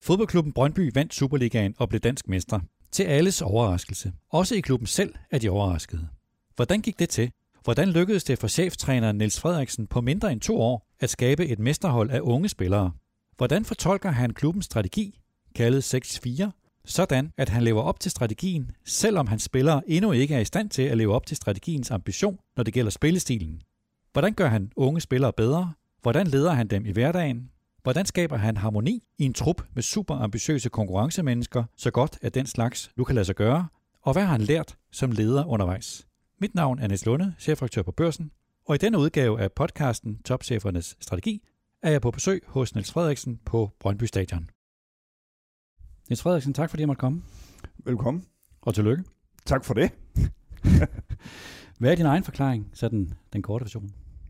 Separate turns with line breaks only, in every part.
Fodboldklubben Brøndby vandt Superligaen og blev dansk mestre. Til alles overraskelse. Også i klubben selv er de overraskede. Hvordan gik det til? Hvordan lykkedes det for cheftræneren Niels Frederiksen på mindre end 2 år at skabe et mesterhold af unge spillere? Hvordan fortolker han klubbens strategi, kaldet 6-4, sådan at han lever op til strategien, selvom hans spillere endnu ikke er i stand til at leve op til strategiens ambition, når det gælder spillestilen? Hvordan gør han unge spillere bedre? Hvordan leder han dem i hverdagen? Hvordan skaber han harmoni i en trup med superambitiøse konkurrencemennesker, så godt at den slags nu kan lade sig gøre? Og hvad har han lært som leder undervejs? Mit navn er Niels Lunde, chefredaktør på Børsen, og i denne udgave af podcasten Topchefernes Strategi er jeg på besøg hos Niels Frederiksen på Brøndby Stadion. Niels Frederiksen, tak fordi jeg måtte komme.
Velkommen.
Og tillykke.
Tak for det.
Hvad er din egen forklaring, sådan den korte version?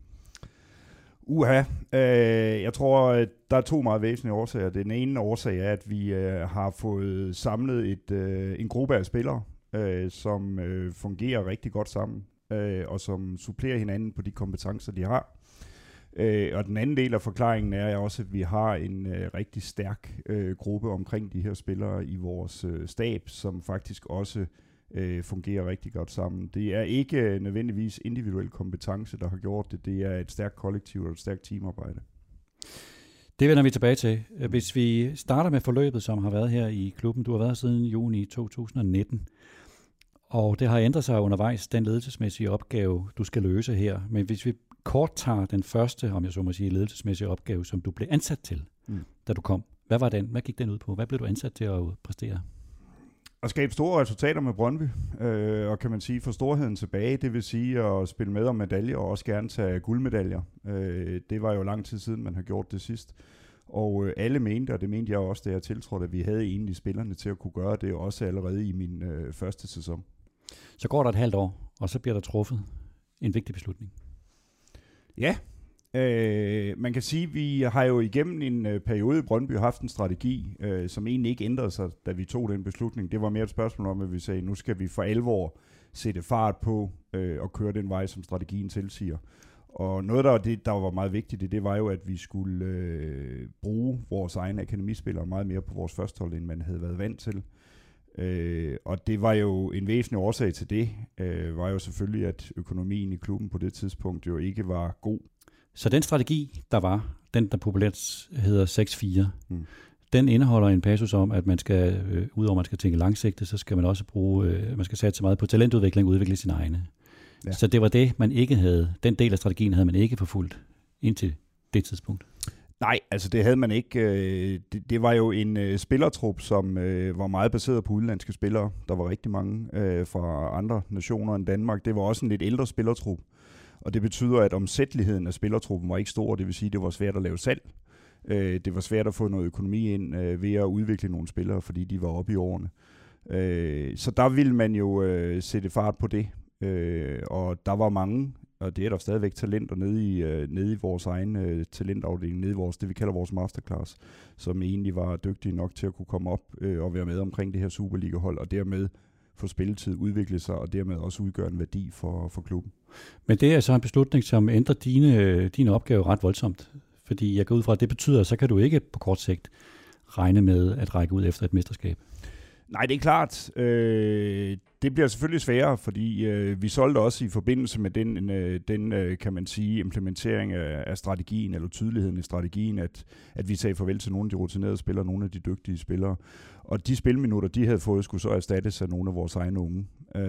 Jeg tror, der er 2 meget væsentlige årsager. Den ene årsag er, at vi har fået samlet en gruppe af spillere, som fungerer rigtig godt sammen, og som supplerer hinanden på de kompetencer, de har. Og den anden del af forklaringen er også, at vi har en rigtig stærk gruppe omkring de her spillere i vores stab, som faktisk også fungerer rigtig godt sammen. Det er ikke nødvendigvis individuel kompetence, der har gjort det. Det er et stærkt kollektiv og et stærkt teamarbejde.
Det vender vi tilbage til. Hvis vi starter med forløbet, som har været her i klubben. Du har været siden juni 2019, og det har ændret sig undervejs, den ledelsesmæssige opgave, du skal løse her. Men hvis vi kort tager den første, om jeg så må sige, ledelsesmæssige opgave, som du blev ansat til, da du kom. Hvad var den? Hvad gik den ud på? Hvad blev du ansat til at præstere?
At skabe store resultater med Brøndby, og kan man sige, få storheden tilbage, det vil sige at spille med om medaljer, og også gerne tage guldmedaljer. Det var jo lang tid siden, man har gjort det sidst. Og alle mente, og det mente jeg også, da jeg tiltrådte, at vi havde egentlig spillerne til at kunne gøre det, også allerede i min første sæson.
Så går der et halvt år, og så bliver der truffet en vigtig beslutning.
Ja, man kan sige, at vi har jo igennem en periode i Brøndby haft en strategi, som egentlig ikke ændrede sig, da vi tog den beslutning. Det var mere et spørgsmål om, at vi sagde, nu skal vi for alvor sætte fart på og køre den vej, som strategien tilsiger. Og noget, der var meget vigtigt, det var jo, at vi skulle bruge vores egne akademispillere meget mere på vores førstehold, end man havde været vant til. Og det var jo en væsentlig årsag til det, var jo selvfølgelig, at økonomien i klubben på det tidspunkt jo ikke var god.
Så den strategi, der var, den der populært hedder 6-4, den indeholder en passus om, at man skal, udover man skal tænke langsigtet, så skal man også man skal satse meget på talentudvikling og udvikle sine egne. Ja. Så det var det, man ikke havde, den del af strategien havde man ikke forfulgt indtil det tidspunkt.
Nej, altså det havde man ikke. Det var jo en spillertrup, som var meget baseret på udenlandske spillere. Der var rigtig mange fra andre nationer end Danmark. Det var også en lidt ældre spillertrup. Og det betyder, at omsætteligheden af spillertruppen var ikke stor. Det vil sige, at det var svært at lave salg. Det var svært at få noget økonomi ind ved at udvikle nogle spillere, fordi de var oppe i årene. Så der ville man jo sætte fart på det. Og der var mange, og det er der stadigvæk talenter nede i vores egen talentafdeling, nede i det vi kalder vores masterclass, som egentlig var dygtige nok til at kunne komme op og være med omkring det her Superliga-hold, og dermed få spilletid, udvikle sig, og dermed også udgøre en værdi for klubben.
Men det er så en beslutning, som ændrer dine opgaver ret voldsomt, fordi jeg går ud fra, at det betyder, at så kan du ikke på kort sigt regne med at række ud efter et mesterskab.
Nej, det er klart. Det bliver selvfølgelig sværere, fordi vi solgte også i forbindelse med den kan man sige, implementering af strategien, eller tydeligheden i strategien, at vi sagde farvel til nogle af de rutinerede spillere, nogle af de dygtige spillere. Og de spilminutter, de havde fået, skulle så erstattes af nogle af vores egne unge.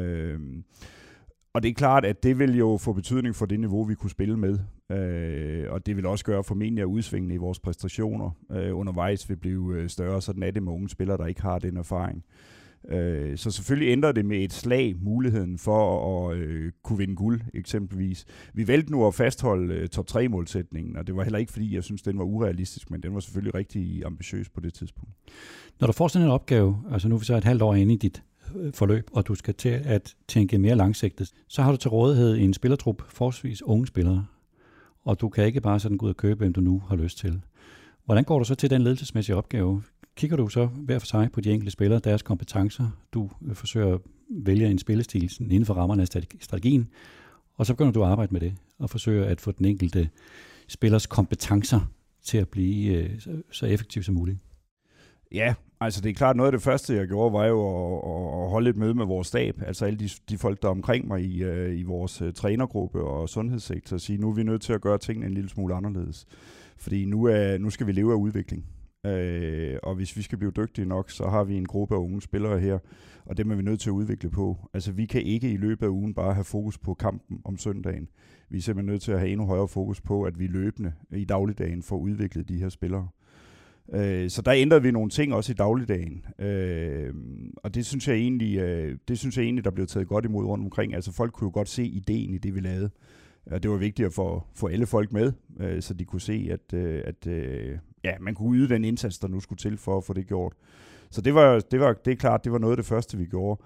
Og det er klart, at det vil jo få betydning for det niveau, vi kunne spille med. Og det vil også gøre formentlig, at udsvingene i vores præstationer undervejs vil blive større. Sådan er det med unge spillere, der ikke har den erfaring. Så selvfølgelig ændrer det med et slag muligheden for at kunne vinde guld, eksempelvis. Vi valgte nu at fastholde top 3-målsætningen, og det var heller ikke, fordi jeg synes, den var urealistisk, men den var selvfølgelig rigtig ambitiøs på det tidspunkt.
Når du får sådan en opgave, altså nu er vi så et halvt år inde i dit forløb, og du skal til at tænke mere langsigtet, så har du til rådighed en spillertrup, forholdsvis unge spillere, og du kan ikke bare sådan gå ud og købe, hvem du nu har lyst til. Hvordan går du så til den ledelsesmæssige opgave? Kigger du så hver for sig på de enkelte spillere, deres kompetencer, du forsøger at vælge en spillestil inden for rammerne af strategien, og så begynder du at arbejde med det, og forsøger at få den enkelte spillers kompetencer til at blive så effektiv som muligt?
Ja, altså det er klart, noget af det første, jeg gjorde, var jo at holde et møde med vores stab, altså alle de folk, der er omkring mig i vores trænergruppe og sundhedssektor, og sige, nu er vi nødt til at gøre tingene en lille smule anderledes. Fordi nu skal vi leve af udvikling. Og hvis vi skal blive dygtige nok, så har vi en gruppe af unge spillere her, og dem er vi nødt til at udvikle på. Altså vi kan ikke i løbet af ugen bare have fokus på kampen om søndagen. Vi er simpelthen nødt til at have endnu højere fokus på, at vi løbende i dagligdagen får udviklet de her spillere. Så der ændrede vi nogle ting også i dagligdagen, og det synes jeg egentlig, der blev taget godt imod rundt omkring. Altså folk kunne jo godt se ideen i det, vi lavede. Og det var vigtigt at få alle folk med, så de kunne se, at man kunne yde den indsats, der nu skulle til for at få det gjort. Så det er klart, det var noget af det første, vi gjorde.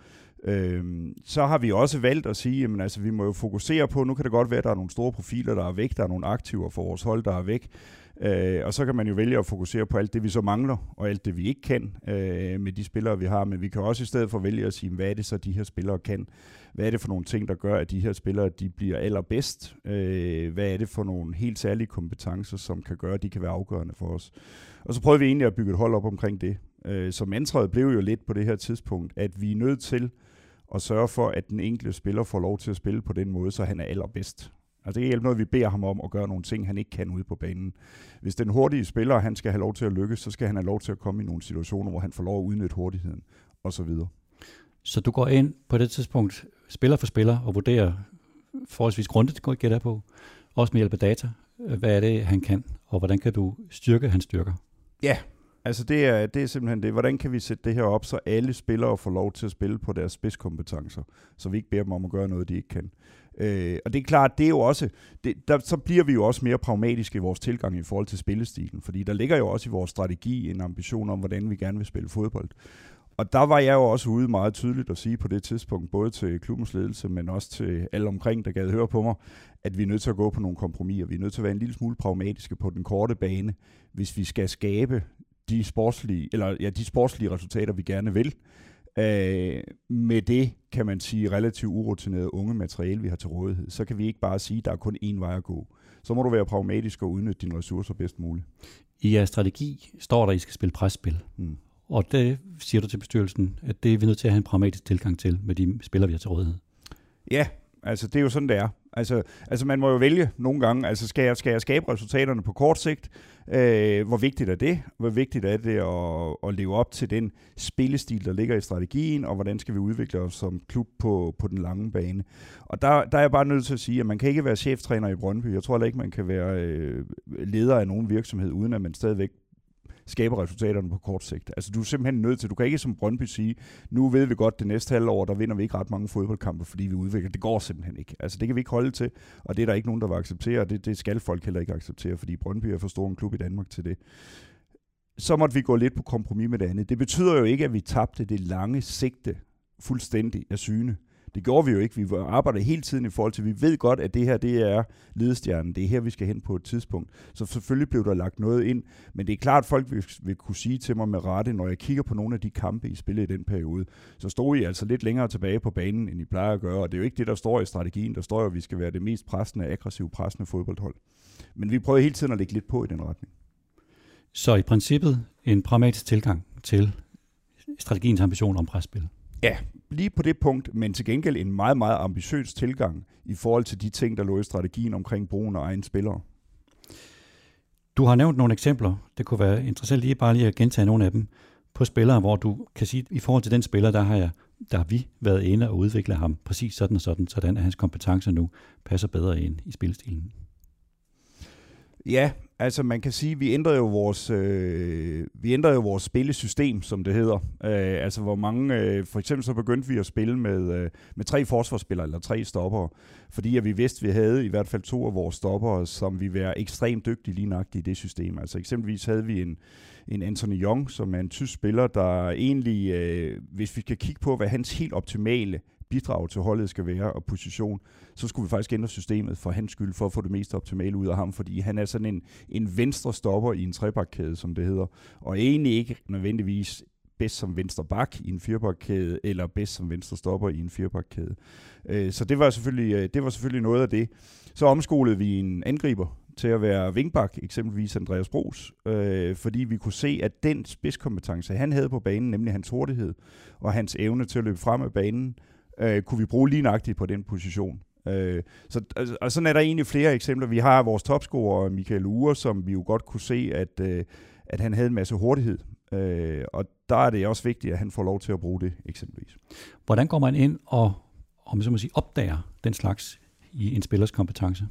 Så har vi også valgt at sige, jamen altså vi må jo fokusere på, nu kan det godt være, at der er nogle store profiler, der er væk, der er nogle aktiver for vores hold, der er væk, og så kan man jo vælge at fokusere på alt det, vi så mangler, og alt det, vi ikke kan med de spillere, vi har, men vi kan også i stedet for vælge at sige, hvad er det så, de her spillere kan? Hvad er det for nogle ting, der gør, at de her spillere, de bliver allerbedst? Hvad er det for nogle helt særlige kompetencer, som kan gøre, at de kan være afgørende for os? Og så prøvede vi egentlig at bygge et hold op omkring det. Så mantraet blev jo lidt på det her tidspunkt, at vi er nødt til at sørge for, at den enkelte spiller får lov til at spille på den måde, så han er allerbedst. Altså det er hjælp noget, vi beder ham om at gøre nogle ting, han ikke kan ude på banen. Hvis den hurtige spiller, han skal have lov til at lykkes, så skal han have lov til at komme i nogle situationer, hvor han får lov at udnytte hurtigheden, osv.
Så du går ind på det tidspunkt, spiller for spiller, og vurderer forholdsvis grundigt, gætter jeg på, også med hjælp af data, hvad er det, han kan, og hvordan kan du styrke hans styrker? Ja,
altså det er simpelthen det. Hvordan kan vi sætte det her op, så alle spillere får lov til at spille på deres spidskompetencer, så vi ikke beder dem om at gøre noget, de ikke kan. Og det er klart, det er jo også, så bliver vi jo også mere pragmatiske i vores tilgang i forhold til spillestilen, fordi der ligger jo også i vores strategi en ambition om, hvordan vi gerne vil spille fodbold. Og der var jeg jo også ude meget tydeligt at sige på det tidspunkt, både til klubbens ledelse, men også til alle omkring, der gad høre på mig, at vi er nødt til at gå på nogle kompromiser. Vi er nødt til at være en lille smule pragmatiske på den korte bane, hvis vi skal skabe de sportslige resultater, vi gerne vil. Med det, kan man sige, relativt urutineret unge materiale, vi har til rådighed. Så kan vi ikke bare sige, at der er kun én vej at gå. Så må du være pragmatisk og udnytte dine ressourcer bedst muligt.
I jeres strategi står der, at I skal spille presspil. Og det siger du til bestyrelsen, at det er vi nødt til at have en pragmatisk tilgang til med de spillere, vi har til rådighed.
Ja, altså det er jo sådan, det er. Altså man må jo vælge nogle gange, altså skal jeg skabe resultaterne på kort sigt? Hvor vigtigt er det? Hvor vigtigt er det at leve op til den spillestil, der ligger i strategien, og hvordan skal vi udvikle os som klub på den lange bane? Og der er jeg bare nødt til at sige, at man kan ikke være cheftræner i Brøndby. Jeg tror heller ikke, man kan være leder af nogen virksomhed, uden at man stadigvæk skaber resultaterne på kort sigt. Altså du er simpelthen nødt til, du kan ikke som Brøndby sige, nu ved vi godt det næste halvår, der vinder vi ikke ret mange fodboldkampe, fordi vi udvikler. Det går simpelthen ikke. Altså det kan vi ikke holde til, og det er der ikke nogen, der vil acceptere, og det skal folk heller ikke acceptere, fordi Brøndby er for stor en klub i Danmark til det. Så måtte vi gå lidt på kompromis med det andet. Det betyder jo ikke, at vi tabte det lange sigte fuldstændig af syne. Det gjorde vi jo ikke. Vi arbejdede hele tiden i forhold til, vi ved godt, at det her, det er ledestjernen. Det er her, vi skal hen på et tidspunkt. Så selvfølgelig blev der lagt noget ind. Men det er klart, at folk vil kunne sige til mig med rette, når jeg kigger på nogle af de kampe, I spillede i den periode, så stod I altså lidt længere tilbage på banen, end I plejer at gøre. Og det er jo ikke det, der står i strategien. Der står jo, at vi skal være det mest aggressive pressende fodboldhold. Men vi prøvede hele tiden at lægge lidt på i den retning.
Så i princippet en pragmatisk tilgang til strategiens ambition om presspil.
Ja, lige på det punkt, men til gengæld en meget, meget ambitiøs tilgang i forhold til de ting, der lå i strategien omkring brugen af egne spillere.
Du har nævnt nogle eksempler. Det kunne være interessant lige at gentage nogle af dem på spillere, hvor du kan sige, at i forhold til den spiller, der har vi været inde og udvikle ham præcis sådan og sådan at hans kompetencer nu passer bedre ind i spilstilen.
Ja, altså man kan sige, at vi ændrede jo vores spillesystem, som det hedder. Altså hvor mange, for eksempel så begyndte vi at spille med 3 forsvarsspillere eller 3 stoppere, fordi at vi vidste, at vi havde i hvert fald 2 af vores stoppere, som vi var ekstremt dygtige lige nøjagtigt i det system. Altså eksempelvis havde vi en Anthony Young, som er en tysk spiller, der egentlig, hvis vi skal kigge på, hvad hans helt optimale bidrag til holdet skal være og position, så skulle vi faktisk ændre systemet for hans skyld, for at få det mest optimale ud af ham, fordi han er sådan en venstre stopper i en trebakkæde, som det hedder, og egentlig ikke nødvendigvis bedst som venstre bak i en firebakkæde, eller bedst som venstre stopper i en firebakkæde. Så det var selvfølgelig noget af det. Så omskolede vi en angriber til at være vingbak, eksempelvis Andreas Bros, fordi vi kunne se, at den spidskompetence, han havde på banen, nemlig hans hurtighed og hans evne til at løbe frem af banen, kunne vi bruge lige nøjagtigt på den position. Og sådan er der egentlig flere eksempler. Vi har vores topscorer, Michael Uhre, som vi jo godt kunne se, at han havde en masse hurtighed. Og der er det også vigtigt, at han får lov til at bruge det, eksempelvis.
Hvordan går man ind og så må sige, opdager den slags i en spillers kompetence?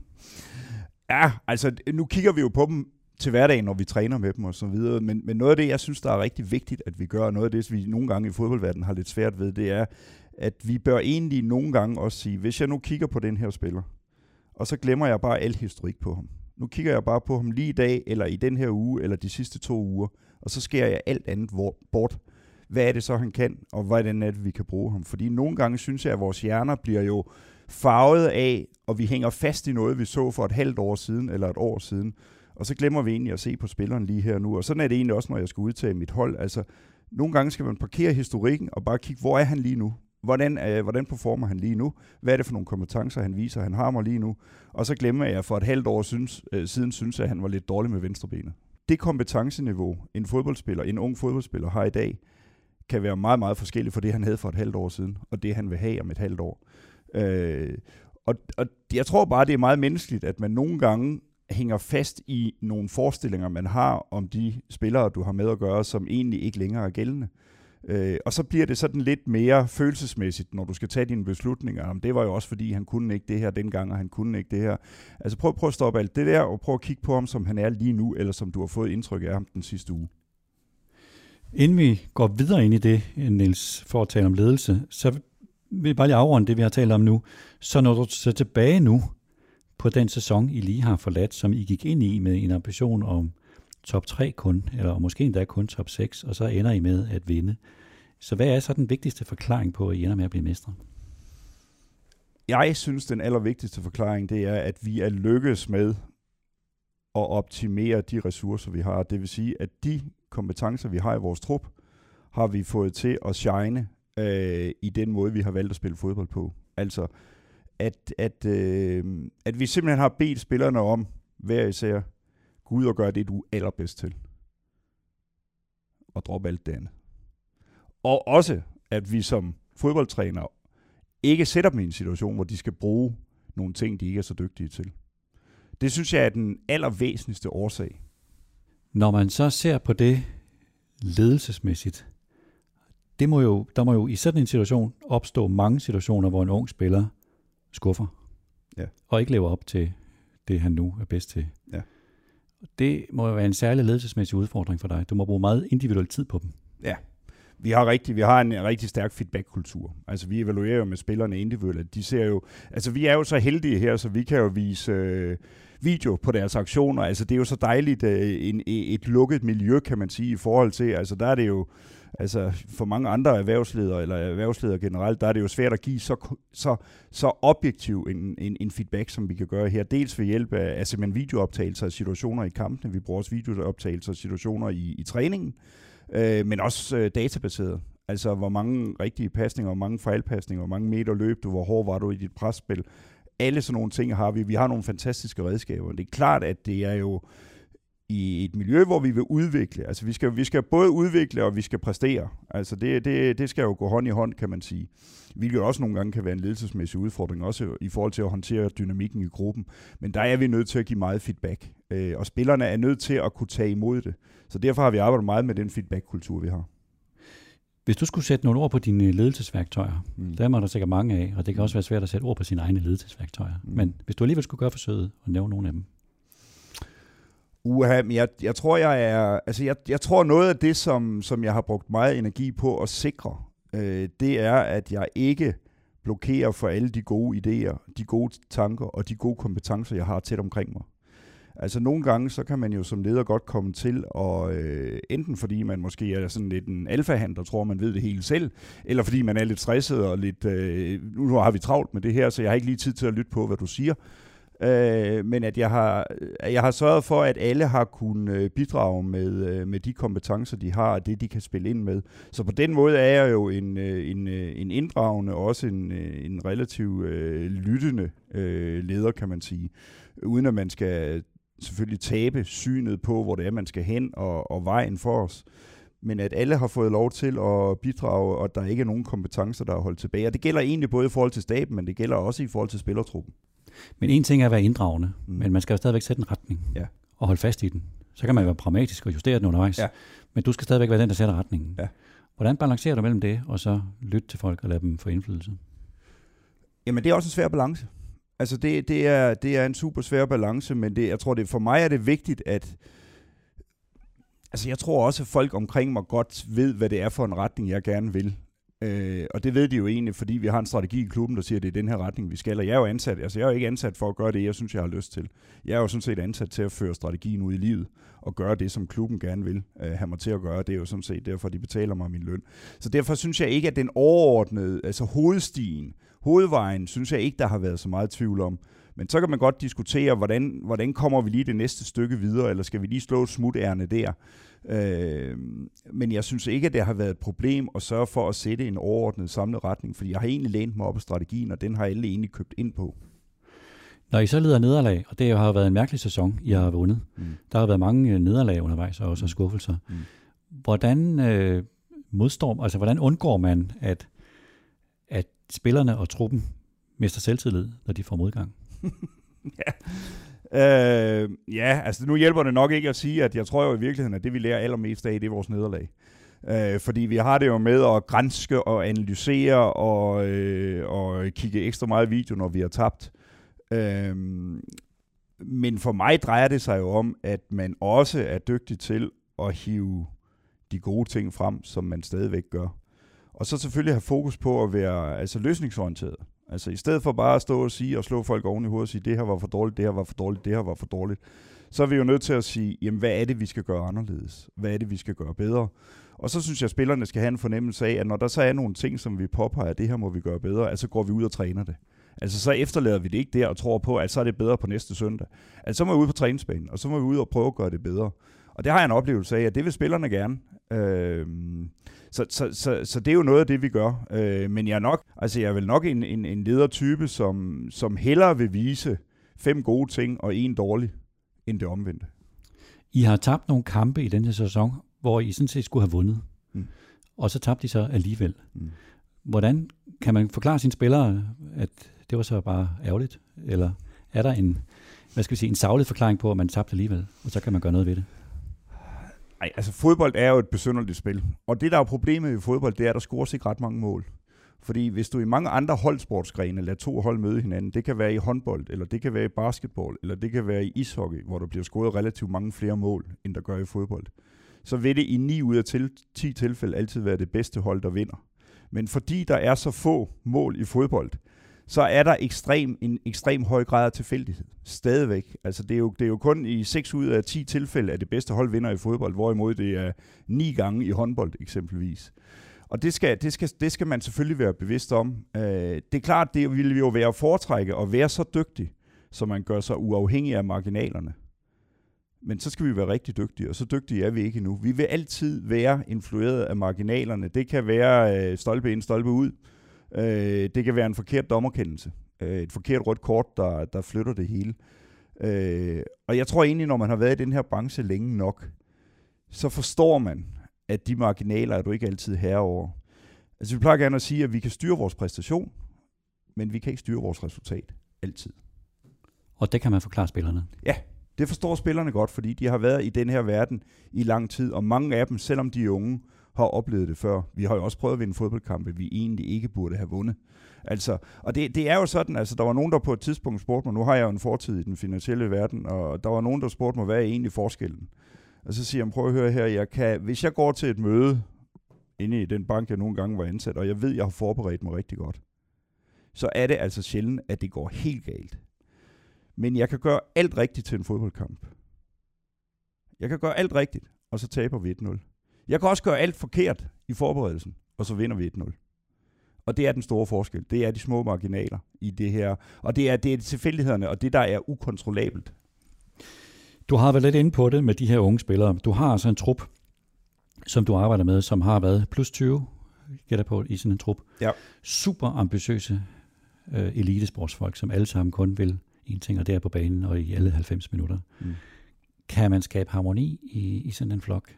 Ja, altså nu kigger vi jo på dem til hverdagen, når vi træner med dem og så videre, men noget af det, jeg synes, der er rigtig vigtigt, at vi gør, noget af det, vi nogle gange i fodboldverdenen har lidt svært ved, det er, at vi bør egentlig nogle gange også sige, hvis jeg nu kigger på den her spiller, og så glemmer jeg bare al historik på ham. Nu kigger jeg bare på ham lige i dag, eller i den her uge, eller de sidste 2 uger, og så skærer jeg alt andet bort. Hvad er det så, han kan, og hvordan er det, vi kan bruge ham? Fordi nogle gange synes jeg, at vores hjerner bliver jo farvet af, og vi hænger fast i noget, vi så for et halvt år siden, eller et år siden, og så glemmer vi egentlig at se på spilleren lige her nu. Og sådan er det egentlig også, når jeg skal udtage mit hold. Altså, nogle gange skal man parkere historikken, og bare kigge, hvor er han lige nu? Hvordan performer han lige nu? Hvad er det for nogle kompetencer, han viser, han har mig lige nu? Og så glemmer jeg, for et halvt år siden synes jeg, at han var lidt dårlig med venstrebenet. Det kompetenceniveau, en ung fodboldspiller har i dag, kan være meget, meget forskelligt fra det, han havde for et halvt år siden, og det, han vil have om et halvt år. Og jeg tror bare, det er meget menneskeligt, at man nogle gange hænger fast i nogle forestillinger, man har om de spillere, du har med at gøre, som egentlig ikke længere er gældende. Og så bliver det sådan lidt mere følelsesmæssigt, når du skal tage dine beslutninger. Jamen, det var jo også fordi, han kunne ikke det her dengang, og han kunne ikke det her. Altså prøv at stoppe alt det der, og prøv at kigge på ham, som han er lige nu, eller som du har fået indtryk af ham den sidste uge.
Inden vi går videre ind i det, Niels, for at tale om ledelse, så vil jeg bare lige afrunde det, vi har talt om nu. Så når du ser tilbage nu på den sæson, I lige har forladt, som I gik ind i med en ambition om top 3 kun, eller måske endda kun top 6, og så ender I med at vinde. Så hvad er så den vigtigste forklaring på, at I ender med at blive mestre?
Jeg synes, den allervigtigste forklaring, det er, at vi er lykkes med at optimere de ressourcer, vi har. Det vil sige, at de kompetencer, vi har i vores trup, har vi fået til at shine i den måde, vi har valgt at spille fodbold på. Altså, at vi simpelthen har bedt spillerne om, hver især, gå ud og gøre det, du er allerbedst til. Og droppe alt det andet. Og også, at vi som fodboldtrænere ikke sætter dem i en situation, hvor de skal bruge nogle ting, de ikke er så dygtige til. Det synes jeg er den allervæsentligste årsag.
Når man så ser på det ledelsesmæssigt, der må jo i sådan en situation opstå mange situationer, hvor en ung spiller skuffer, og ikke lever op til det, han nu er bedst til.
Ja.
Det må jo være en særlig ledelsesmæssig udfordring for dig. Du må bruge meget individuel tid på dem.
Ja, vi har en rigtig stærk feedback-kultur. Altså vi evaluerer jo med spillerne individuelt. De ser jo, altså vi er jo så heldige her, så vi kan jo vise video på deres aktioner. Altså det er jo så dejligt et lukket miljø, kan man sige, i forhold til, altså der er det jo, altså for mange andre erhvervsledere, eller erhvervsledere generelt, der er det jo svært at give så objektiv en feedback, som vi kan gøre her. Dels ved hjælp af simpelthen videooptagelser af situationer i kampene. Vi bruger også videooptagelser af situationer i træningen, men også databaseret. Altså hvor mange rigtige pasninger, hvor mange fejlpasninger, hvor mange meter løb du, hvor hård var du i dit presspil. Alle sådan nogle ting har vi. Vi har nogle fantastiske redskaber. Det er klart, at det er jo i et miljø, hvor vi vil udvikle. Altså vi skal både udvikle, og vi skal præstere. Altså det skal jo gå hånd i hånd, kan man sige. Hvilket også nogle gange kan være en ledelsesmæssig udfordring, også i forhold til at håndtere dynamikken i gruppen. Men der er vi nødt til at give meget feedback. Og spillerne er nødt til at kunne tage imod det. Så derfor har vi arbejdet meget med den feedback-kultur, vi har.
Hvis du skulle sætte nogle ord på dine ledelsesværktøjer, der er der sikkert mange af, og det kan også være svært at sætte ord på sine egne ledelsesværktøjer. Men hvis du alligevel skulle gøre forsøget og nævne nogle af dem.
Jeg tror noget af det, som jeg har brugt meget energi på at sikre, det er, at jeg ikke blokerer for alle de gode idéer, de gode tanker og de gode kompetencer, jeg har tæt omkring mig. Altså nogle gange, så kan man jo som leder godt komme til, og enten fordi man måske er sådan lidt en alfahand, der tror, man ved det hele selv, eller fordi man er lidt stresset og lidt, nu har vi travlt med det her, så jeg har ikke lige tid til at lytte på, hvad du siger. Men at jeg har sørget for, at alle har kunnet bidrage med de kompetencer, de har, og det, de kan spille ind med. Så på den måde er jeg jo en inddragende, også en relativt lyttende leder, kan man sige. Uden at man skal selvfølgelig tabe synet på, hvor det er, man skal hen og vejen for os. Men at alle har fået lov til at bidrage, og der ikke er nogen kompetencer, der er holdt tilbage. Og det gælder egentlig både i forhold til staben, men det gælder også i forhold til spillertruppen.
Men en ting er at være inddragende, men man skal jo stadigvæk sætte en retning og holde fast i den. Så kan man være pragmatisk og justere den undervejs. Ja. Men du skal stadigvæk være den, der sætter retningen. Ja. Hvordan balancerer du mellem det, og så lytte til folk og lade dem få indflydelse?
Jamen, det er også en svær balance. Altså, det er en super svær balance, men jeg tror, for mig er det vigtigt, at altså, jeg tror også, at folk omkring mig godt ved, hvad det er for en retning, jeg gerne vil. Og det ved de jo egentlig, fordi vi har en strategi i klubben, der siger, at det er den her retning, vi skal. Og jeg er jo ansat, altså jeg er jo ikke ansat for at gøre det, jeg synes, jeg har lyst til. Jeg er jo sådan set ansat til at føre strategien ud i livet, og gøre det, som klubben gerne vil have mig til at gøre. Det er jo sådan set derfor, de betaler mig min løn. Så derfor synes jeg ikke, at den overordnede, altså hovedvejen, synes jeg ikke, der har været så meget tvivl om. Men så kan man godt diskutere, hvordan kommer vi lige det næste stykke videre, eller skal vi lige slå et smutærne der? Men jeg synes ikke, at det har været et problem at sørge for at sætte en overordnet samlet retning, fordi jeg har egentlig lænt mig op af strategien, og den har alle egentlig købt ind på.
Når I så lider nederlag, og det har været en mærkelig sæson, I har vundet, der har været mange nederlag undervejs, og også skuffelser. Hvordan hvordan undgår man, at spillerne og truppen mister selvtillid, når de får modgang?
Altså nu hjælper det nok ikke at sige, at jeg tror jo i virkeligheden, at det vi lærer allermest af, det er vores nederlag. Fordi vi har det jo med at granske og analysere og kigge ekstra meget video, når vi har tabt. Men for mig drejer det sig jo om, at man også er dygtig til at hive de gode ting frem, som man stadigvæk gør. Og så selvfølgelig have fokus på at være løsningsorienteret. Altså i stedet for bare at stå og sige og slå folk oven i hovedet og sige, det her var for dårligt, det her var for dårligt, det her var for dårligt, så er vi jo nødt til at sige, jamen hvad er det, vi skal gøre anderledes? Hvad er det, vi skal gøre bedre? Og så synes jeg, at spillerne skal have en fornemmelse af, at når der så er nogle ting, som vi påpeger, det her må vi gøre bedre, altså går vi ud og træner det. Altså så efterlader vi det ikke der og tror på, at så er det bedre på næste søndag. Altså så må vi ud på træningsbanen, og så må vi ud og prøve at gøre det bedre. Og det har jeg en oplevelse af, at det vil spillerne gerne. Så det er jo noget af det, vi gør. Men jeg er vel nok en ledertype, som hellere vil vise 5 gode ting og 1 dårlig, end det omvendte.
I har tabt nogle kampe i den her sæson, hvor I sådan set skulle have vundet. Og så tabte I så alligevel. Hvordan kan man forklare sine spillere, at det var så bare ærgerligt? Eller er der en saglig forklaring på, at man tabte alligevel, og så kan man gøre noget ved det?
Nej, altså fodbold er jo et besynderligt spil. Og det, der er problemet i fodbold, det er, at der scores ikke ret mange mål. Fordi hvis du i mange andre holdsportsgrene lader 2 hold møde hinanden, det kan være i håndbold, eller det kan være i basketball, eller det kan være i ishockey, hvor der bliver scoret relativt mange flere mål, end der gør i fodbold, så vil det i 9 ud af 10 tilfælde altid være det bedste hold, der vinder. Men fordi der er så få mål i fodbold, så er der en ekstrem høj grad af tilfældighed. Stadigvæk. Altså det er jo kun i 6 ud af 10 tilfælde, at det bedste hold vinder i fodbold, hvorimod det er 9 gange i håndbold eksempelvis. Og det skal man selvfølgelig være bevidst om. Det er klart, det ville jo være at foretrække at være så dygtig, så man gør sig uafhængig af marginalerne. Men så skal vi være rigtig dygtige, og så dygtige er vi ikke endnu. Vi vil altid være influeret af marginalerne. Det kan være stolpe ind, stolpe ud. Det kan være en forkert dommerkendelse. Et forkert rødt kort, der flytter det hele. Og jeg tror egentlig, når man har været i den her branche længe nok, så forstår man, at de marginaler er du ikke altid herre over. Altså vi plejer gerne at sige, at vi kan styre vores præstation, men vi kan ikke styre vores resultat. Altid.
Og det kan man forklare spillerne?
Ja, det forstår spillerne godt, fordi de har været i den her verden i lang tid, og mange af dem, selvom de er unge, har oplevet det før. Vi har jo også prøvet at vinde fodboldkampe, vi egentlig ikke burde have vundet. Altså, og det er jo sådan, altså der var nogen, der på et tidspunkt spurgte mig, nu har jeg jo en fortid i den finansielle verden, og der var nogen, der spurgte mig, hvad er egentlig forskellen? Og så siger jeg, prøv at høre her, hvis jeg går til et møde inde i den bank, jeg nogle gange var ansat, og jeg ved, jeg har forberedt mig rigtig godt, så er det altså sjældent, at det går helt galt. Men jeg kan gøre alt rigtigt til en fodboldkamp. Jeg kan gøre alt rigtigt, og så taber vi 1-0. Jeg kan også gøre alt forkert i forberedelsen, og så vinder vi 1-0. Og det er den store forskel. Det er de små marginaler i det her. Og det er tilfældighederne, og det, der er ukontrollabelt.
Du har været lidt inde på det med de her unge spillere. Du har altså en trup, som du arbejder med, som har været plus 20, gætter på, i sådan en trup.
Ja.
Super ambitiøse elitesportsfolk, som alle sammen kun vil en ting, og det er på banen og i alle 90 minutter. Kan man skabe harmoni i sådan en flok?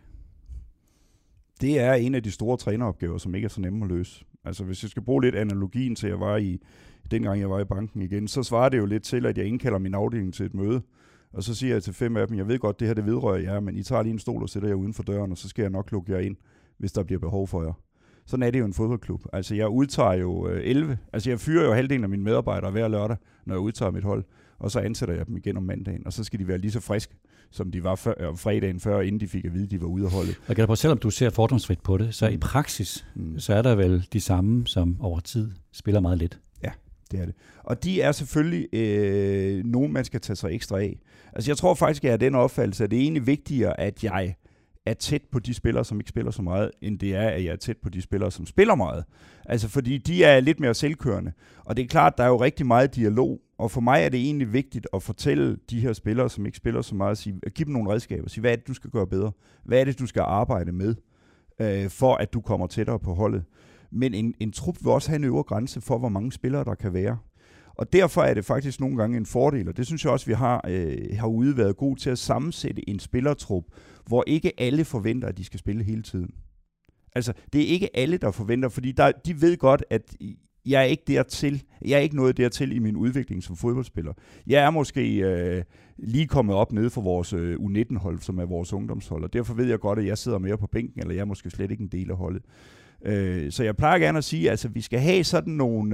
Det er en af de store træneropgaver, som ikke er så nemme at løse. Altså hvis jeg skal bruge lidt analogien til, dengang jeg var i banken igen, så svarer det jo lidt til, at jeg indkalder min afdeling til et møde, og så siger jeg til 5 af dem, jeg ved godt, det her det vedrører jer, men I tager lige en stol og sætter jer uden for døren, og så skal jeg nok lukke jer ind, hvis der bliver behov for jer. Sådan er det jo en fodboldklub. Altså jeg udtager jo 11, altså jeg fyrer jo halvdelen af mine medarbejdere hver lørdag, når jeg udtager mit hold, og så ansætter jeg dem igen om mandagen, og så skal de være lige så friske, som de var fredagen før, inden de fik at vide, at de var ude af holdet.
Og kan du selvom du ser fordomsfrit på det, så i praksis, så er der vel de samme, som over tid spiller meget lidt.
Ja, det er det. Og de er selvfølgelig nogen, man skal tage sig ekstra af. Altså jeg tror faktisk, at jeg er den opfattelse, at det er egentlig vigtigere, at jeg er tæt på de spillere, som ikke spiller så meget, end det er, at jeg er tæt på de spillere, som spiller meget. Altså fordi de er lidt mere selvkørende. Og det er klart, der er jo rigtig meget dialog. Og for mig er det egentlig vigtigt at fortælle de her spillere, som ikke spiller så meget, at give dem nogle redskaber. Sige, hvad er det, du skal gøre bedre? Hvad er det, du skal arbejde med, for at du kommer tættere på holdet? Men en trup vil også have en øvre grænse for, hvor mange spillere der kan være. Og derfor er det faktisk nogle gange en fordel, og det synes jeg også, vi har herude været gode til at sammensætte en spillertrup, hvor ikke alle forventer, at de skal spille hele tiden. Altså, det er ikke alle, der forventer, fordi de ved godt, at jeg er ikke dertil. Jeg er ikke nået dertil i min udvikling som fodboldspiller. Jeg er måske lige kommet op nede for vores U19-hold, som er vores ungdomshold, og derfor ved jeg godt, at jeg sidder mere på bænken, eller jeg er måske slet ikke en del af holdet. Så jeg plejer gerne at sige, at altså, vi skal have sådan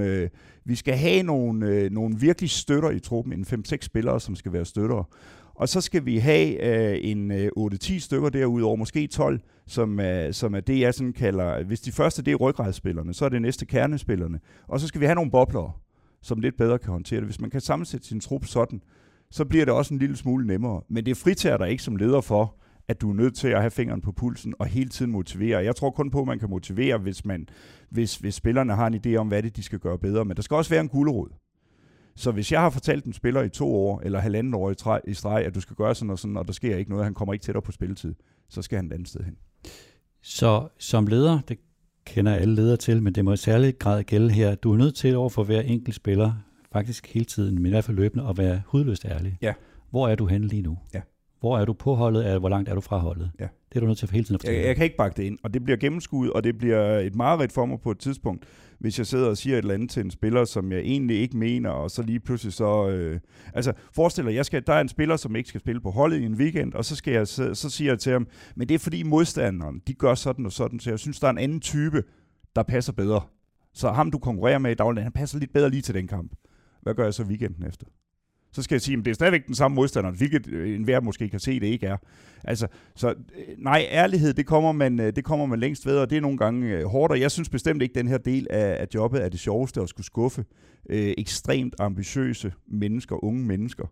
nogle virkelig støtter i truppen, en 5-6 spillere, som skal være støtter. Og så skal vi have en 8-10 stykker derudover, måske 12, som er det, jeg sådan kalder, hvis de første det er ryggradsspillerne, så er det næste kernespillerne. Og så skal vi have nogle boblere, som lidt bedre kan håndtere det. Hvis man kan sammensætte sin trup sådan, så bliver det også en lille smule nemmere. Men det fritager dig ikke som leder for, at du er nødt til at have fingeren på pulsen og hele tiden motivere. Jeg tror kun på, at man kan motivere, hvis spillerne har en idé om, hvad det de skal gøre bedre. Men der skal også være en gulerod. Så hvis jeg har fortalt en spiller i 2 år, eller 1,5 år i streg, at du skal gøre sådan, og der sker ikke noget, han kommer ikke tættere på spilletid, så skal han et andet sted hen.
Så som leder, det kender alle ledere til, men det må i særlig grad gælde her, du er nødt til over for hver enkelt spiller, faktisk hele tiden, men i hvert fald løbende, at være hudløst ærlig.
Ja.
Hvor er du henne lige nu?
Ja.
Hvor er du på holdet, hvor langt er du fra holdet?
Ja.
Det er du nødt til hele tiden at fortælle.
Jeg kan ikke bakke det ind, og det bliver gennemskuet, og det bliver et mareridt for mig på et tidspunkt, hvis jeg sidder og siger et eller andet til en spiller, som jeg egentlig ikke mener, og så lige pludselig så... altså, forestil dig, der er en spiller, som ikke skal spille på holdet i en weekend, og så siger jeg til ham, men det er fordi modstanderen, de gør sådan og sådan, så jeg synes, der er en anden type, der passer bedre. Så ham, du konkurrerer med i dagligdagen, han passer lidt bedre lige til den kamp. Hvad gør jeg så weekenden efter? Så skal jeg sige, at det er stadigvæk den samme modstander, hvilket enhver måske kan se, det ikke er. Altså, så nej, ærlighed, det kommer man længst ved, og det er nogle gange hårdt, og jeg synes bestemt ikke, at den her del af jobbet er det sjoveste at skulle skuffe ekstremt ambitiøse mennesker, unge mennesker,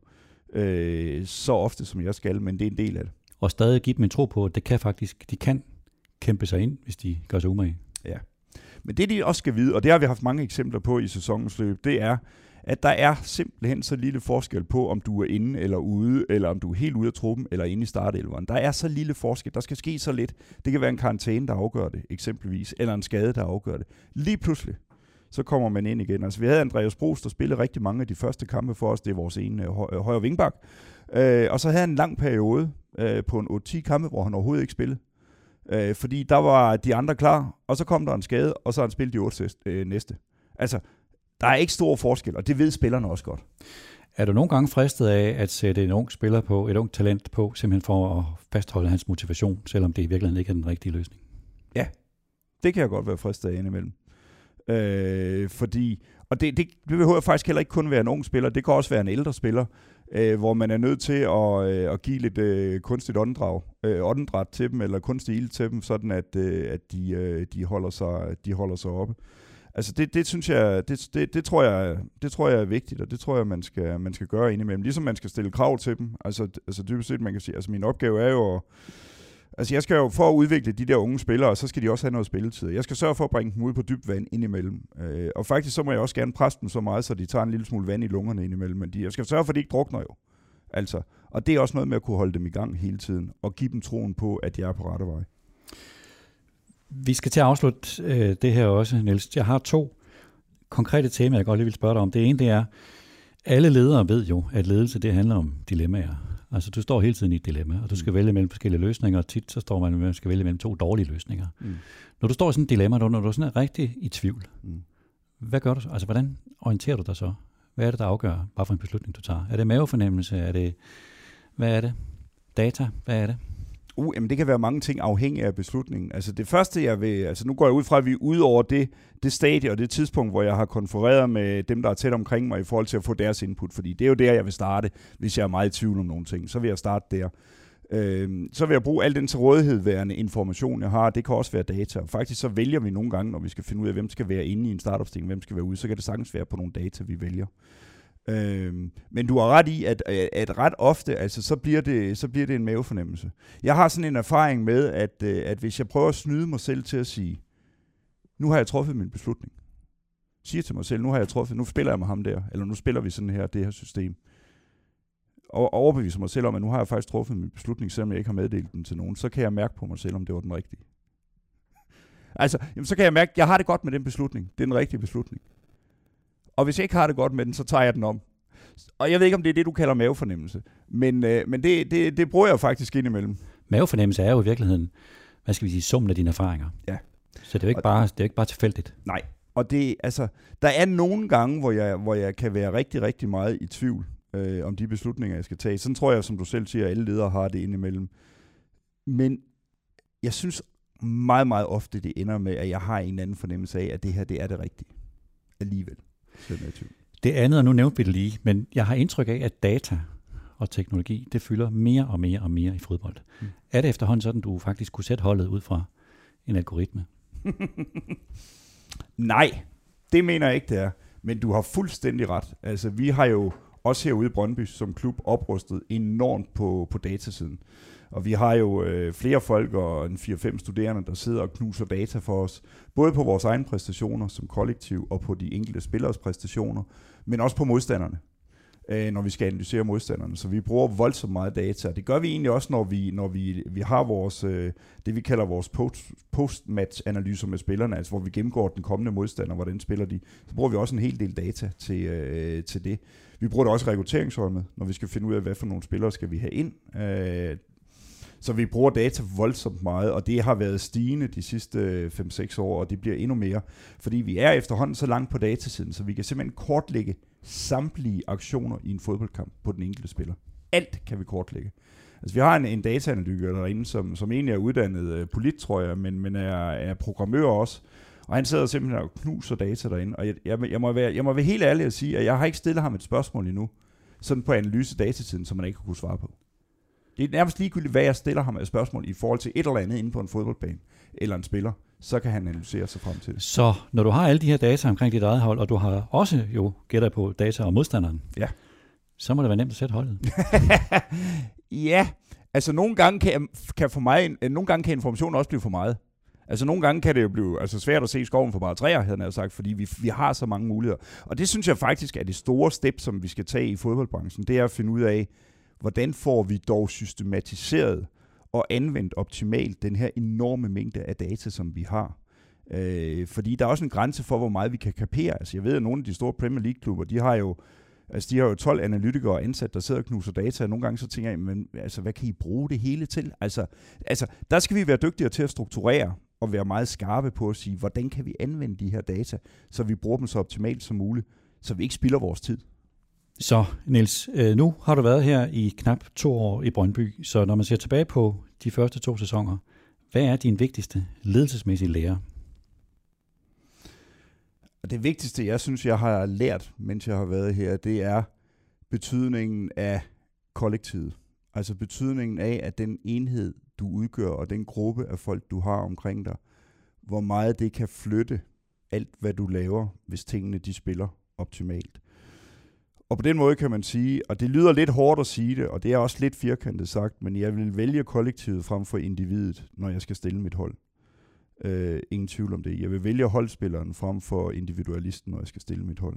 så ofte som jeg skal, men det er en del af det.
Og stadig give dem en tro på, at de kan kæmpe sig ind, hvis de gør sig umage.
Ja, men det de også skal vide, og det har vi haft mange eksempler på i sæsonens løb, det er, at der er simpelthen så lille forskel på, om du er inde eller ude, eller om du er helt ude af truppen, eller inde i startelveren. Der er så lille forskel. Der skal ske så lidt. Det kan være en karantæne, der afgør det, eksempelvis, eller en skade, der afgør det. Lige pludselig, så kommer man ind igen. Altså, vi havde Andreas Broos, der spillede rigtig mange af de første kampe for os. Det er vores ene højre vingbak. Og så havde han en lang periode på en 8-10 kampe, hvor han overhovedet ikke spillede. Fordi der var de andre klar, og så kom der en skade, og så har han spillet de 8 næste. Altså, der er ikke stor forskel, og det ved spillerne også godt.
Er du nogle gange fristet af at sætte en ung spiller på, et ungt talent på, simpelthen for at fastholde hans motivation, selvom det i virkeligheden ikke er den rigtige løsning?
Ja, det kan jeg godt være fristet af indimellem. Fordi, og det behøver faktisk heller ikke kun være en ung spiller, det kan også være en ældre spiller, hvor man er nødt til at give lidt kunstigt åndedræt til dem, eller kunstig ild til dem, sådan at de holder sig oppe. Altså det synes jeg, det tror jeg er vigtigt, og det tror jeg man skal gøre indimellem. Ligesom man skal stille krav til dem. Altså dybest set man kan sige, altså min opgave er jo Altså jeg skal jo for at udvikle de der unge spillere, så skal de også have noget spilletid. Jeg skal sørge for at bringe dem ud på dybt vand indimellem. Og faktisk så må jeg også gerne presse dem så meget, så de tager en lille smule vand i lungerne indimellem. Men jeg skal sørge for, at de ikke drukner jo. Altså, og det er også noget med at kunne holde dem i gang hele tiden, og give dem troen på, at de er på rette vej.
Vi skal til at afslutte det her også, Niels. Jeg har 2 konkrete temaer, jeg godt lige vil spørge dig om. Det ene, det er, alle ledere ved jo, at ledelse, det handler om dilemmaer. Altså, du står hele tiden i et dilemma, og du skal vælge mellem forskellige løsninger, og tit så står man skal vælge mellem 2 dårlige løsninger. Når du står i sådan et dilemma, når du er sådan rigtig i tvivl, hvad gør du så? Altså, hvordan orienterer du dig så? Hvad er det, der afgør, hvad for en beslutning du tager? Er det mavefornemmelse? Hvad er det? Data? Hvad er det?
Jamen det kan være mange ting afhængig af beslutningen. Altså det første, jeg vil... Altså nu går jeg ud fra, at vi er ude over det stadie og det tidspunkt, hvor jeg har konfereret med dem, der er tæt omkring mig i forhold til at få deres input. Fordi det er jo der, jeg vil starte, hvis jeg er meget i tvivl om nogle ting. Så vil jeg starte der. Så vil jeg bruge al den til rådighedværende information, jeg har. Det kan også være data. Og faktisk så vælger vi nogle gange, når vi skal finde ud af, hvem skal være inde i en startup-stilling, hvem skal være ude, så kan det sagtens være på nogle data, vi vælger. Men du har ret i, at ret ofte, altså, så bliver det en mavefornemmelse. Jeg har sådan en erfaring med, at hvis jeg prøver at snyde mig selv til at sige, nu har jeg truffet min beslutning. Siger til mig selv, nu spiller jeg med ham der, eller nu spiller vi sådan her, det her system. Og overbeviser mig selv om, at nu har jeg faktisk truffet min beslutning, selvom jeg ikke har meddelt den til nogen, så kan jeg mærke på mig selv, om det var den rigtige. Altså, så kan jeg mærke, at jeg har det godt med den beslutning. Det er den rigtige beslutning. Og hvis jeg ikke har det godt med den, så tager jeg den om. Og jeg ved ikke, om det er det, du kalder mavefornemmelse. Men det bruger jeg faktisk indimellem.
Mavefornemmelse er jo i virkeligheden, hvad skal vi sige, summen af dine erfaringer.
Ja.
Så det er jo ikke bare tilfældigt.
Nej. Og det, altså, der er nogle gange, hvor jeg kan være rigtig, rigtig meget i tvivl om de beslutninger, jeg skal tage. Sådan tror jeg, som du selv siger, alle ledere har det indimellem. Men jeg synes meget, meget ofte, det ender med, at jeg har en anden fornemmelse af, at det her, det er det rigtige. Alligevel.
Det andet, og nu nævnte vi det lige, men jeg har indtryk af, at data og teknologi, det fylder mere og mere og mere i fodbold. Er det efterhånden sådan, du faktisk kunne sætte holdet ud fra en algoritme?
Nej, det mener jeg ikke, det er. Men du har fuldstændig ret. Altså, vi har jo også herude i Brøndby som klub oprustet enormt på datasiden. Og vi har jo flere folk og en 4-5 studerende, der sidder og knuser data for os. Både på vores egne præstationer som kollektiv og på de enkelte spilleres præstationer, men også på modstanderne, når vi skal analysere modstanderne. Så vi bruger voldsomt meget data. Det gør vi egentlig også, når vi har vores, det vi kalder vores post-match-analyser med spillerne, altså hvor vi gennemgår den kommende modstander, hvordan spiller de. Så bruger vi også en hel del data til det. Vi bruger det også i rekrutteringsøjemed, når vi skal finde ud af, hvad for nogle spillere skal vi have ind. Så vi bruger data voldsomt meget, og det har været stigende de sidste 5-6 år, og det bliver endnu mere, fordi vi er efterhånden så langt på datasiden, så vi kan simpelthen kortlægge samtlige aktioner i en fodboldkamp på den enkelte spiller. Alt kan vi kortlægge. Altså vi har en dataanalytiker derinde, som egentlig er uddannet polit, tror jeg, men er programmør også, og han sidder simpelthen og knuser data derinde, og jeg må være helt ærlig at sige, at jeg har ikke stillet ham et spørgsmål endnu, sådan på analyse datatiden, som man ikke kunne svare på. Det er nærmest ligegyldigt, hvad jeg stiller ham af spørgsmål i forhold til et eller andet inde på en fodboldbane eller en spiller, så kan han analysere sig frem til det.
Så når du har alle de her data omkring dit eget hold, og du har også jo gætter på data om modstanderen,
ja,
så må det være nemt at sætte holdet.
Ja, altså nogle gange kan informationen også blive for meget. Altså nogle gange kan det jo blive svært at se skoven for bare træer, havde jeg sagt, fordi vi har så mange muligheder. Og det synes jeg faktisk er det store step, som vi skal tage i fodboldbranchen, det er at finde ud af, hvordan får vi dog systematiseret og anvendt optimalt den her enorme mængde af data, som vi har. Fordi der er også en grænse for, hvor meget vi kan kapere. Altså jeg ved, at nogle af de store Premier League-klubber, de har jo 12 analytikere ansat, der sidder og knuser data, og nogle gange så tænker jeg, men hvad kan I bruge det hele til? Altså, der skal vi være dygtigere til at strukturere og være meget skarpe på at sige, hvordan kan vi anvende de her data, så vi bruger dem så optimalt som muligt, så vi ikke spilder vores tid.
Så Niels, nu har du været her i knap 2 år i Brøndby, så når man ser tilbage på de første 2 sæsoner, hvad er din vigtigste ledelsesmæssige lære?
Det vigtigste, jeg synes, jeg har lært, mens jeg har været her, det er betydningen af kollektivet. Altså betydningen af, at den enhed, du udgør, og den gruppe af folk, du har omkring dig, hvor meget det kan flytte alt, hvad du laver, hvis tingene de spiller optimalt. Og på den måde kan man sige, og det lyder lidt hårdt at sige det, og det er også lidt firkantet sagt, men jeg vil vælge kollektivet frem for individet, når jeg skal stille mit hold. Ingen tvivl om det. Jeg vil vælge holdspilleren frem for individualisten, når jeg skal stille mit hold.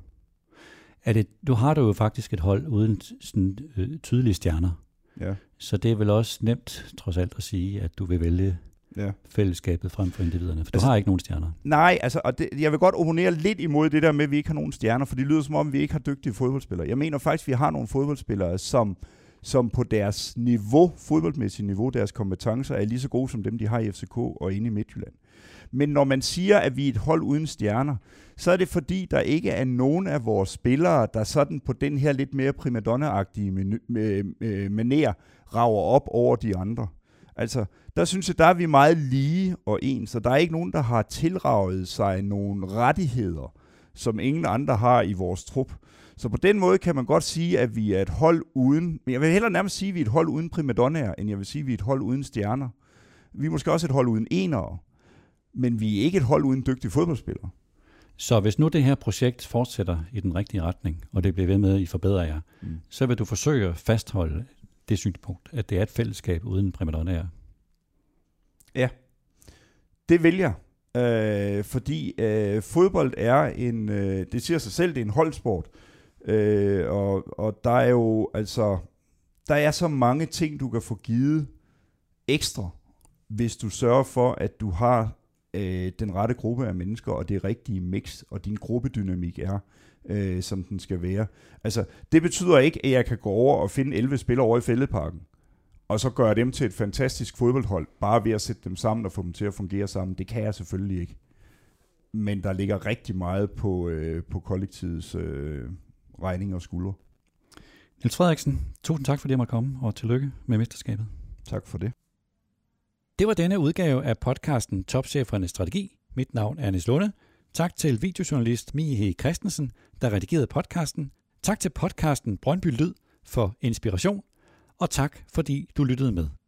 Du har jo faktisk et hold uden sådan, tydelige stjerner.
Ja.
Så det er vel også nemt, trods alt, at sige, at du vil vælge fællesskabet frem for individerne, for du har ikke nogen stjerner. Nej,
altså, og jeg vil godt opponere lidt imod det der med, at vi ikke har nogen stjerner, for det lyder som om, vi ikke har dygtige fodboldspillere. Jeg mener faktisk, at vi har nogle fodboldspillere, som på deres niveau, fodboldmæssigt niveau, deres kompetencer, er lige så gode som dem, de har i FCK og inde i Midtjylland. Men når man siger, at vi er et hold uden stjerner, så er det fordi, der ikke er nogen af vores spillere, der sådan på den her lidt mere primadonna-agtige manér rager op over de andre. Altså, der synes jeg, der er vi meget lige og ens, så der er ikke nogen, der har tilraget sig nogle rettigheder, som ingen andre har i vores trup. Så på den måde kan man godt sige, at vi er et hold uden, men jeg vil hellere nærmest sige, at vi er et hold uden primadonnaer, end jeg vil sige, at vi er et hold uden stjerner. Vi er måske også et hold uden enere, men vi er ikke et hold uden dygtige fodboldspillere.
Så hvis nu det her projekt fortsætter i den rigtige retning, og det bliver ved med, at I forbedrer jer, så vil du forsøge at fastholde det synspunkt, at det er et fællesskab uden primadonnaer? Ja,
det vil jeg. Fordi fodbold er det siger sig selv, det er en holdsport. Og der er jo altså, der er så mange ting, du kan få givet ekstra, hvis du sørger for, at du har den rette gruppe af mennesker, og det rigtige mix, og din gruppedynamik er, som den skal være. Altså, det betyder ikke, at jeg kan gå over og finde 11 spillere over i Fælledparken, og så gøre dem til et fantastisk fodboldhold, bare ved at sætte dem sammen og få dem til at fungere sammen. Det kan jeg selvfølgelig ikke. Men der ligger rigtig meget på kollektivets regning og skuldre.
Niels Frederiksen, tusind tak, fordi jeg måtte komme, og tillykke med mesterskabet.
Tak for det.
Det var denne udgave af podcasten Topchefernes Strategi. Mit navn er Niels Lunde. Tak til videojournalist Mie Christensen, der redigerede podcasten. Tak til podcasten Brøndby Lyd for inspiration. Og tak, fordi du lyttede med.